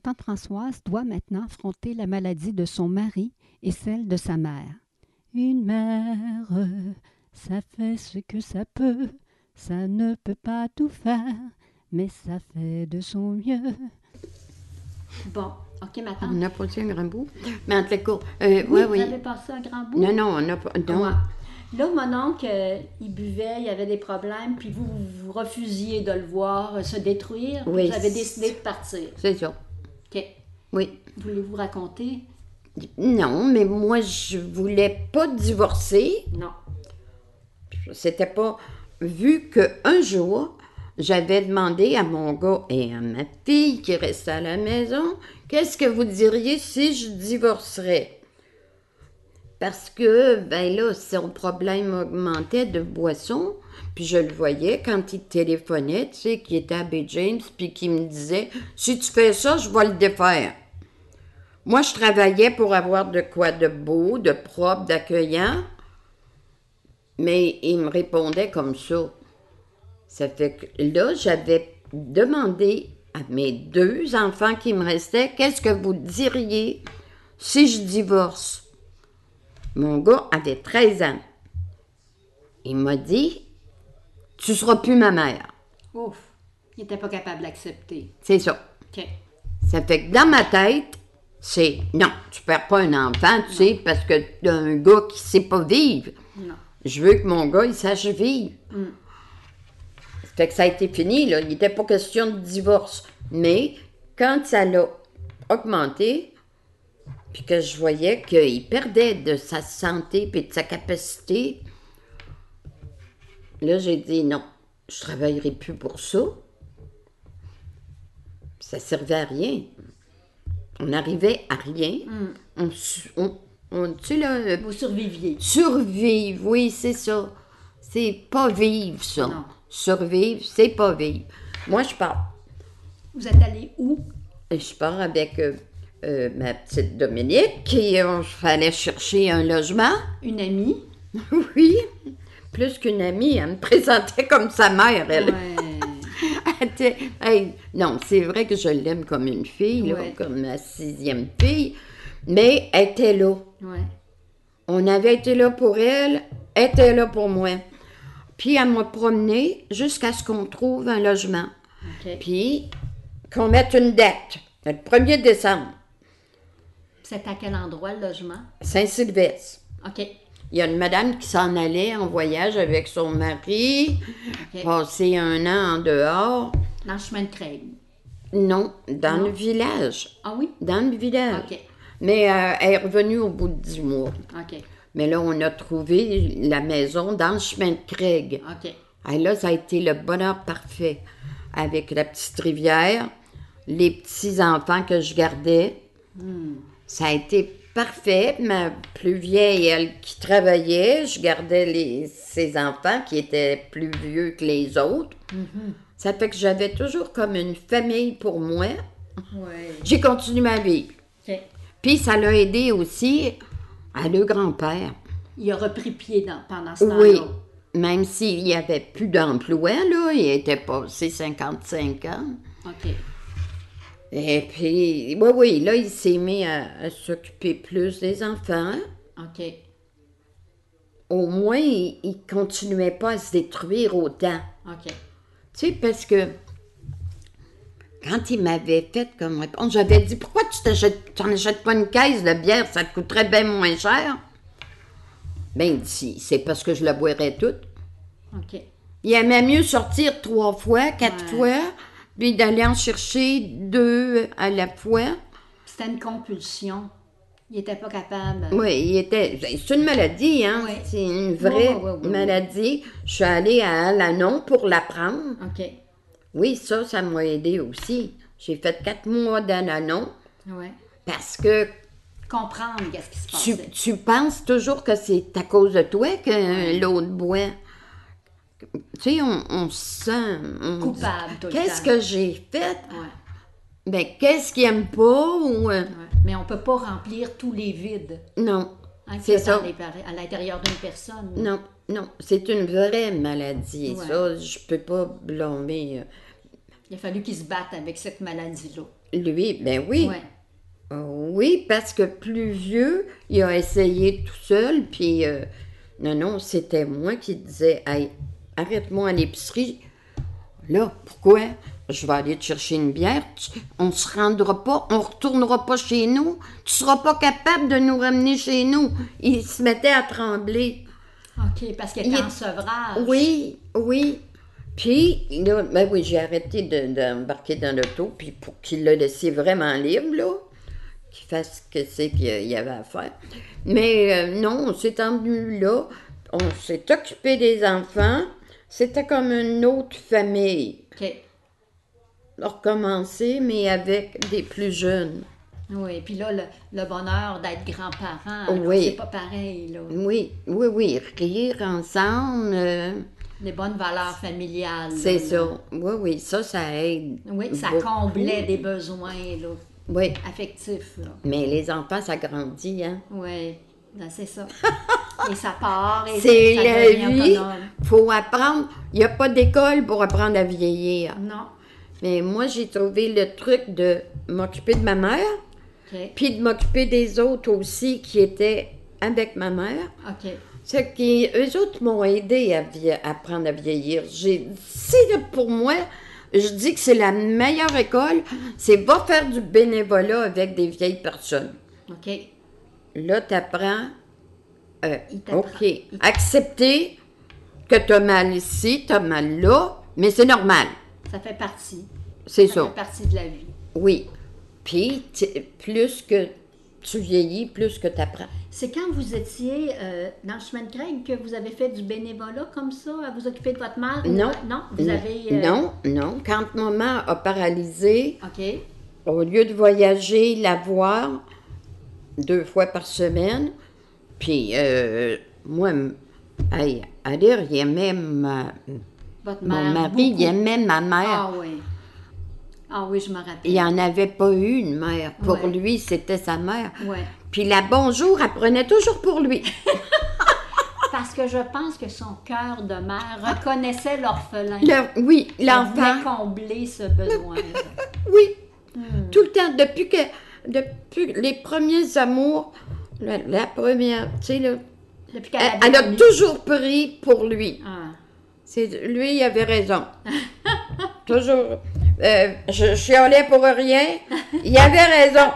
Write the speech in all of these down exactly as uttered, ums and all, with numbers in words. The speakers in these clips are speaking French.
tante Françoise doit maintenant affronter la maladie de son mari et celle de sa mère. Une mère, ça fait ce que ça peut, ça ne peut pas tout faire, mais ça fait de son mieux. Bon, OK, ma tante. On a passé un grand bout. Mais en tout cas, euh, Oui, oui, vous oui. avez passé un grand bout? Non, non, on n'a pas. Non. Ouais. Là, mon oncle, euh, il buvait, il avait des problèmes, puis vous, vous refusiez de le voir euh, se détruire, puis Oui, vous avez c'est- décidé de partir. C'est ça. OK. Oui. Voulez-vous raconter? Non, mais moi, je voulais pas divorcer. Non. C'était pas. Vu qu'un jour, j'avais demandé à mon gars et à ma fille qui restait à la maison, qu'est-ce que vous diriez si je divorcerais? Parce que, ben là, son problème augmentait de boisson, puis je le voyais quand il téléphonait, tu sais, qui était à Bay James, puis qui me disait, si tu fais ça, je vais le défaire. Moi, je travaillais pour avoir de quoi de beau, de propre, d'accueillant, mais il me répondait comme ça. Ça fait que là, j'avais demandé à mes deux enfants qui me restaient, qu'est-ce que vous diriez si je divorce? Mon gars avait treize ans. Il m'a dit, tu seras plus ma mère. Ouf. Il n'était pas capable d'accepter. C'est ça. OK. Ça fait que dans ma tête, c'est non, tu perds pas un enfant, tu sais, parce que t'as un gars qui sait pas vivre. Non. Je veux que mon gars, il sache vivre. Mm. Ça fait que ça a été fini, là. Il n'était pas question de divorce. Mais quand ça l'a augmenté, puis que je voyais qu'il perdait de sa santé puis de sa capacité, là, j'ai dit non, je travaillerai plus pour ça. Ça servait à rien. On n'arrivait à rien. Mm. On, su- on, on- tu sais, là, euh, Vous surviviez. survivre, oui, c'est ça. C'est pas vivre, ça. Non. Survivre, c'est pas vivre. Moi, je pars. Vous êtes allé où? Je pars avec euh, euh, ma petite Dominique, qui euh, fallait chercher un logement. Une amie? Oui, plus qu'une amie, elle me présentait comme sa mère, elle. Ouais. Elle était- hey, non, c'est vrai que je l'aime comme une fille, là, Ouais. comme ma sixième fille, mais elle était là. Ouais. On avait été là pour elle, elle était là pour moi. Puis elle m'a promené jusqu'à ce qu'on trouve un logement. OK. Puis qu'on mette une date, le premier décembre, C'est à quel endroit, le logement? Saint-Sylvestre. OK. Il y a une madame qui s'en allait en voyage avec son mari, OK. passer un an en dehors. Dans le chemin de Craig. Non, dans Non. le village. Ah oui? Dans le village. OK. Mais euh, elle est revenue au bout de dix mois. OK. Mais là, on a trouvé la maison dans le chemin de Craig. OK. Et là, ça a été le bonheur parfait. Avec la petite rivière, les petits-enfants que je gardais. Ça a été parfait. Ma plus vieille, elle qui travaillait, je gardais les, ses enfants qui étaient plus vieux que les autres. Ça fait que j'avais toujours comme une famille pour moi. Ouais. J'ai continué ma vie. OK. Puis ça l'a aidé aussi à le grand-père. Il a repris pied dans, pendant ce temps-là. Oui, même s'il n'y avait plus d'emploi, là, il était passé cinquante-cinq ans. OK. Et puis, oui, oui, là, il s'est mis à, à s'occuper plus des enfants. OK. Au moins, il, il continuait pas à se détruire autant. OK. Tu sais, parce que quand il m'avait fait comme réponse, j'avais dit, pourquoi tu t'achètes, tu n'en achètes pas une caisse de bière, ça te coûterait bien moins cher? Ben, si, c'est parce que je la boirais toute. OK. Il aimait mieux sortir trois fois, quatre Ouais. fois, puis d'aller en chercher deux à la fois. C'était une compulsion. Il n'était pas capable. Oui, il était. C'est une maladie, hein? Oui. C'est une vraie Oui, oui, oui, oui, oui. maladie. Je suis allée à Alanon pour l'apprendre. OK. Oui, ça, ça m'a aidé aussi. J'ai fait quatre mois d'Alanon Ouais. parce que Comprendre qu'est-ce qui se tu, passait. tu penses toujours que c'est à cause de toi que l'autre boit. Tu sais, on, on se sent... on dit, Coupable tout le qu'est-ce temps. que j'ai fait? Ouais. Ben, qu'est-ce qu'il aime pas? Ou, euh, Ouais. Mais on ne peut pas remplir tous les vides non, hein, c'est qu'il y a ça. dans les pari- à l'intérieur d'une personne. Non, non, c'est une vraie maladie. Ouais. Ça, je peux pas blâmer. euh. Il a fallu qu'ils se battent avec cette maladie-là. Lui, ben oui. Ouais. Euh, oui, parce que plus vieux, il a essayé tout seul, puis euh, non, non, c'était moi qui disais, hey, arrête-moi à l'épicerie. Là, pourquoi? Je vais aller te chercher une bière. Tu- on se rendra pas, on retournera pas chez nous. Tu seras pas capable de nous ramener chez nous. Il se mettait à trembler. OK, parce qu'elle Il était en est- sevrage. Oui, oui. Puis, là, ben oui, j'ai arrêté de- d'embarquer dans l'auto, puis pour qu'il le laisse vraiment libre, là, qu'il fasse ce que c'est qu'il y avait à faire. Mais euh, non, on s'est emmené là, on s'est occupé des enfants. C'était comme une autre famille. OK. Recommencer, mais avec des plus jeunes. Oui, puis là, le, le bonheur d'être grand-parent, là, Oui. c'est pas pareil, là. Oui, oui, oui, rire ensemble, euh, Les bonnes valeurs familiales. c'est là, ça. là. Oui, oui, ça, ça aide. Oui, ça beaucoup. comblait des besoins, là, Oui, affectifs, là. mais les enfants, ça grandit, hein. Oui, ben, c'est ça. Et ça part, et C'est ça la devient vie. autonome. Faut apprendre. Il n'y a pas d'école pour apprendre à vieillir. Non. Mais moi, j'ai trouvé le truc de m'occuper de ma mère, OK. puis de m'occuper des autres aussi qui étaient avec ma mère. OK. C'est qu'eux autres m'ont aidé à, vie- à apprendre à vieillir. J'ai, c'est là, pour moi, je dis que c'est la meilleure école, c'est va faire du bénévolat avec des vieilles personnes. OK. Là, tu apprends, Il t'apprend. OK, accepter que tu as mal ici, tu as mal là, mais c'est normal, Ça fait partie. c'est Ça ça. fait partie de la vie. Oui. Puis, tu- plus que tu vieillis, plus que tu apprends. C'est quand vous étiez euh, dans le chemin de Craig que vous avez fait du bénévolat comme ça, à vous occuper de votre mère? ou- Non. Non, vous avez... euh, Non, non. Quand maman a paralysé, OK. au lieu de voyager, la voir deux fois par semaine, puis euh, moi, m- hey, à dire, il aimait ma- Votre mon mère, mari, beaucoup. il aimait ma mère. Ah oui. Ah oui, je me rappelle. Il n'y en avait pas eu une mère. Pour Ouais. lui, c'était sa mère. Ouais. Puis la bonjour, elle prenait toujours pour lui. Parce que je pense que son cœur de mère reconnaissait l'orphelin. Le- oui, Elle l'enfant. voulait combler ce besoin. Oui, Hmm. tout le temps, depuis que, depuis les premiers amours, la, la première, tu sais, là, Depuis qu'elle elle, avait elle a connu- toujours pris pour lui. Ah. C'est, lui, il avait raison. Toujours. Euh, je chialais pour rien. Il avait raison.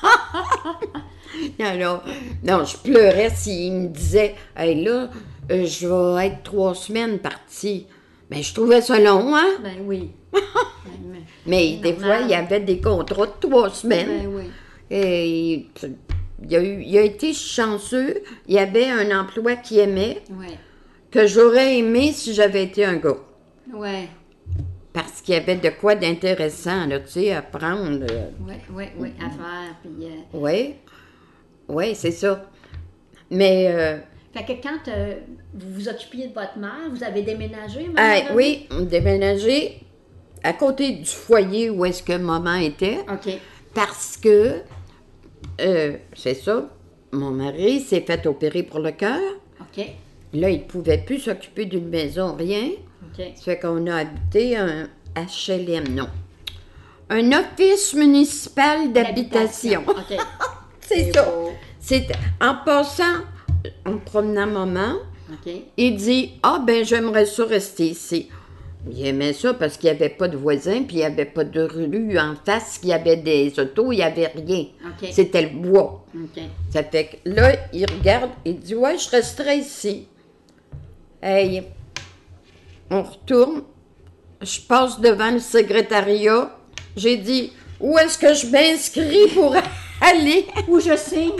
non, non, non, je pleurais s'il me disait, hey, là, euh, je vais être trois semaines partie. Mais je trouvais ça long, hein? Ben oui. Ben, mais- Mais C'est des normal. fois, il y avait des contrats de trois semaines. Ben oui. Et il a, eu, il a été chanceux. Il y avait un emploi qu'il aimait, Ouais. que j'aurais aimé si j'avais été un gars. Ouais. Parce qu'il y avait de quoi d'intéressant, là, tu sais, à prendre. euh, Ouais, ouais, ouais, à faire. Puis, euh, Oui, oui, c'est ça. Mais, euh, Fait que quand euh, vous vous occupiez de votre mère, vous avez déménagé, ah, maman? oui, on déménageait à côté du foyer où est-ce que maman était. OK. Parce que, euh, c'est ça, mon mari s'est fait opérer pour le cœur. OK. Là, il ne pouvait plus s'occuper d'une maison, rien. OK. Ça fait qu'on a habité un H L M, non. Un office municipal d'habitation. OK. C'est ça. beau. C'est en passant, en promenant maman, OK. il dit « Ah, ben j'aimerais ça rester ici. » Il aimait ça parce qu'il n'y avait pas de voisins, puis il n'y avait pas de rue en face, il y avait des autos, il n'y avait rien. OK. C'était le bois. OK. Ça fait que là, il regarde, il dit « Ouais, je resterai ici. » Hey, on retourne, je passe devant le secrétariat, j'ai dit « Où est-ce que je m'inscris pour aller? » Où je signe?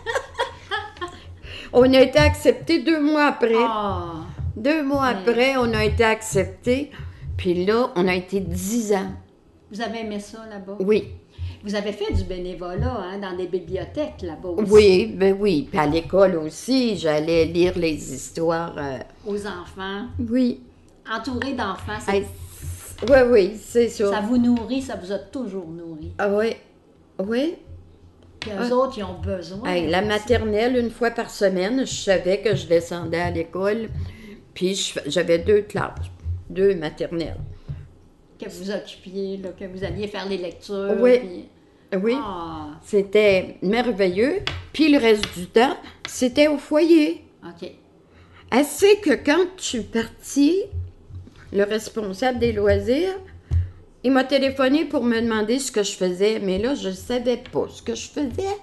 On a été acceptés deux mois après. Ah. Deux mois Ouais. après, on a été acceptés. Puis là, on a été dix ans. Vous avez aimé ça là-bas? Oui, Vous avez fait du bénévolat hein, dans des bibliothèques là-bas aussi? oui, ben oui. Puis à l'école aussi, j'allais lire les histoires. euh, Aux enfants. Oui. Entouré d'enfants, c'est- Hey, oui, oui, c'est ça. ça vous nourrit, ça vous a toujours nourri. Ah oui, oui. Puis eux autres, ils ont besoin. Hey, la aussi. maternelle, une fois par semaine, je savais que je descendais à l'école. Puis je- j'avais deux classes, deux maternelles. Que vous occupiez, là, que vous alliez faire les lectures. Oui. puis- Oui, Ah, c'était merveilleux. Puis le reste du temps, c'était au foyer. OK. Assez que quand je suis partie, le responsable des loisirs, il m'a téléphoné pour me demander ce que je faisais, mais là, je ne savais pas ce que je faisais.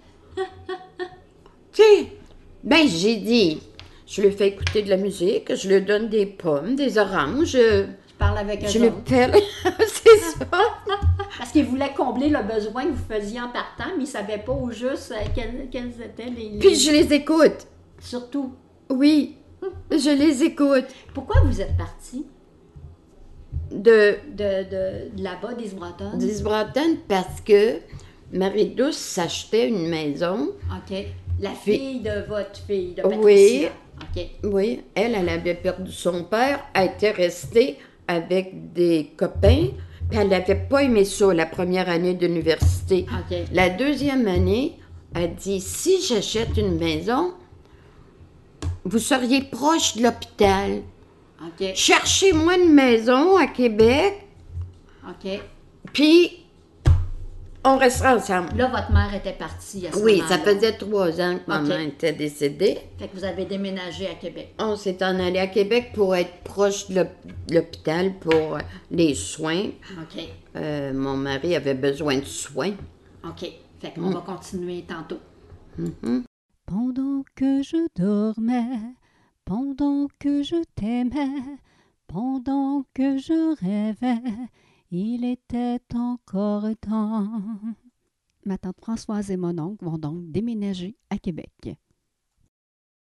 Tu sais, ben j'ai dit, je lui fais écouter de la musique, je lui donne des pommes, des oranges, je, Je parle avec eux je lui autres. pèle. C'est ça. Parce qu'ils voulaient combler le besoin que vous faisiez en partant, mais ils ne savaient pas au juste euh, quels, quels étaient les... Puis je les écoute. Surtout, Oui, je les écoute. pourquoi vous êtes parti De de, de, de là-bas, des Bretonnes? Disbroton parce que Marie-Douce s'achetait une maison. OK. La fille de votre fille, de Patricia. Oui. OK. Oui, elle, elle avait perdu son père, elle était restée avec des copains, puis elle n'avait pas aimé ça la première année d'université. OK. La deuxième année, elle dit, si j'achète une maison, vous seriez proche de l'hôpital. OK. Cherchez-moi une maison à Québec, OK. puis on restera ensemble. Là, votre mère était partie à ce Oui, moment-là. ça faisait trois ans que maman Ok. était décédée. Fait que vous avez déménagé à Québec. On s'est en allé à Québec pour être proche de l'hôp- l'hôpital pour les soins. OK. Euh, mon mari avait besoin de soins. OK. Fait qu'on va continuer tantôt. Pendant que je dormais, pendant que je t'aimais, pendant que je rêvais, il était encore temps. Ma tante Françoise et mon oncle vont donc déménager à Québec.